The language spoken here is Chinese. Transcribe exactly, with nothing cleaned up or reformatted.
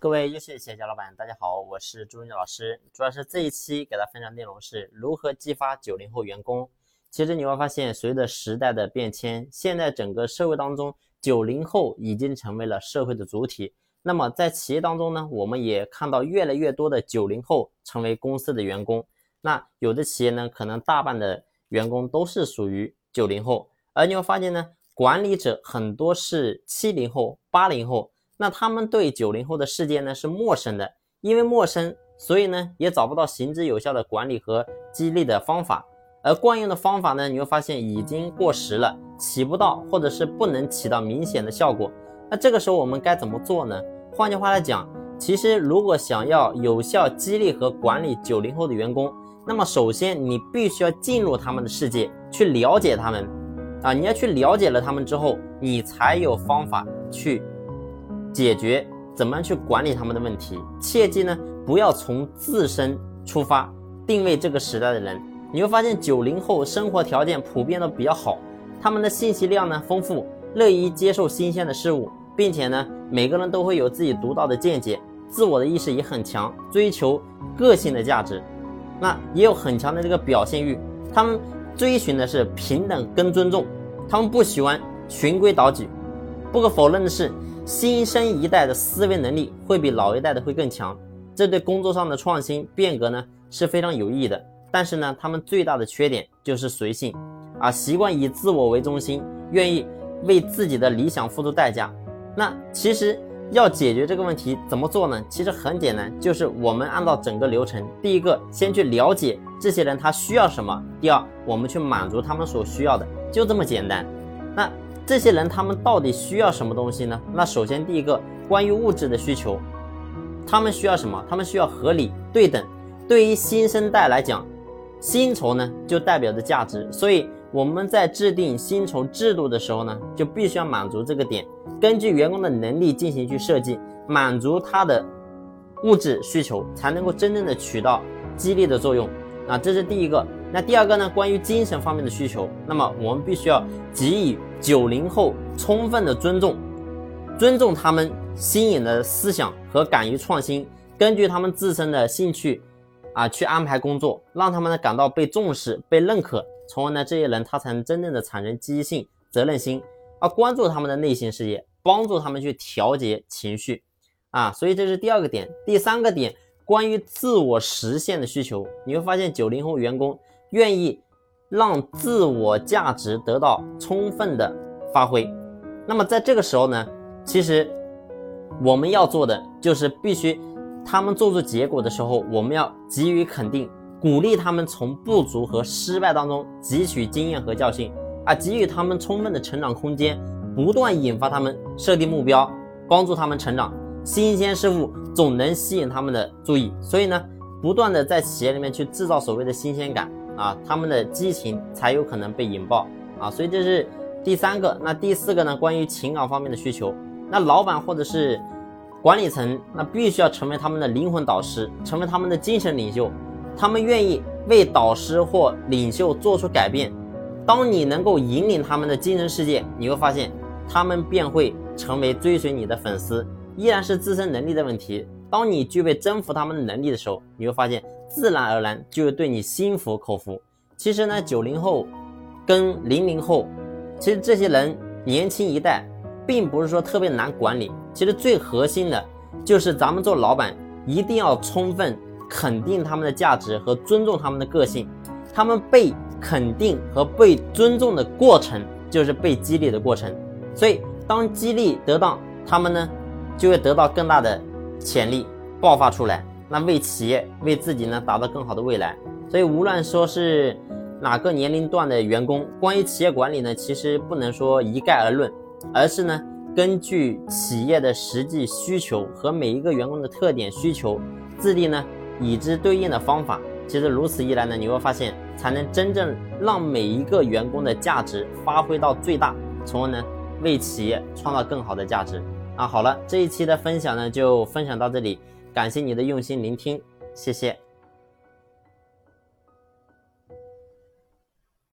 各位优秀的企业家老板，大家好，我是朱文杰老师。主要是这一期给大家分享内容是如何激发九零后员工。其实你会发现，随着时代的变迁，现在整个社会当中，九零后已经成为了社会的主体。那么在企业当中呢，我们也看到越来越多的九零后成为公司的员工。那有的企业呢，可能大半的员工都是属于九零后，而你会发现呢，管理者很多是七零后、八零后。那他们对九零后的世界呢是陌生的，因为陌生，所以呢也找不到行之有效的管理和激励的方法，而惯用的方法呢，你会发现已经过时了，起不到或者是不能起到明显的效果。那这个时候我们该怎么做呢？换句话来讲，其实如果想要有效激励和管理九零后的员工，那么首先你必须要进入他们的世界，去了解他们啊，你要去了解了他们之后，你才有方法去解决怎么样去管理他们的问题。切记呢，不要从自身出发定位这个时代的人。你会发现九零后生活条件普遍都比较好，他们的信息量呢丰富，乐于接受新鲜的事物，并且呢每个人都会有自己独到的见解，自我的意识也很强，追求个性的价值，那也有很强的这个表现欲，他们追寻的是平等跟尊重，他们不喜欢循规蹈矩。不可否认的是，新生一代的思维能力会比老一代的会更强，这对工作上的创新变革呢是非常有益的。但是呢，他们最大的缺点就是随性啊，习惯以自我为中心，愿意为自己的理想付出代价。那其实要解决这个问题怎么做呢？其实很简单，就是我们按照整个流程，第一个先去了解这些人他需要什么，第二我们去满足他们所需要的，就这么简单。那这些人他们到底需要什么东西呢？那首先第一个，关于物质的需求，他们需要什么？他们需要合理对等。对于新生代来讲，薪酬呢就代表着价值，所以我们在制定薪酬制度的时候呢，就必须要满足这个点，根据员工的能力进行去设计，满足他的物质需求，才能够真正的起到激励的作用啊，这是第一个。那第二个呢，关于精神方面的需求，那么我们必须要给予九零后充分的尊重，尊重他们新颖的思想和敢于创新，根据他们自身的兴趣啊去安排工作，让他们呢感到被重视、被认可，从而呢这些人他才能真正的产生积极性、责任心，啊关注他们的内心世界，帮助他们去调节情绪啊，所以这是第二个点。第三个点，关于自我实现的需求，你会发现九零后员工愿意让自我价值得到充分的发挥。那么在这个时候呢，其实我们要做的就是必须他们做出结果的时候，我们要给予肯定，鼓励他们从不足和失败当中汲取经验和教训啊，给予他们充分的成长空间，不断引发他们设定目标，帮助他们成长。新鲜事物总能吸引他们的注意，所以呢不断的在企业里面去制造所谓的新鲜感啊，他们的激情才有可能被引爆啊，所以这是第三个。那第四个呢，关于情感方面的需求，那老板或者是管理层，那必须要成为他们的灵魂导师，成为他们的精神领袖，他们愿意为导师或领袖做出改变。当你能够引领他们的精神世界，你会发现他们便会成为追随你的粉丝。依然是自身能力的问题，当你具备征服他们的能力的时候，你会发现自然而然就会对你心服口服。其实呢，九零后跟零零后，其实这些人年轻一代并不是说特别难管理，其实最核心的就是咱们做老板一定要充分肯定他们的价值和尊重他们的个性。他们被肯定和被尊重的过程就是被激励的过程，所以当激励得当，他们呢就会得到更大的潜力爆发出来，那为企业为自己呢达到更好的未来。所以无论说是哪个年龄段的员工，关于企业管理呢，其实不能说一概而论，而是呢根据企业的实际需求和每一个员工的特点需求，制定呢与之对应的方法。其实如此一来呢，你会发现才能真正让每一个员工的价值发挥到最大，从而呢为企业创造更好的价值。啊，好了，这一期的分享呢就分享到这里，感谢你的用心聆听，谢谢。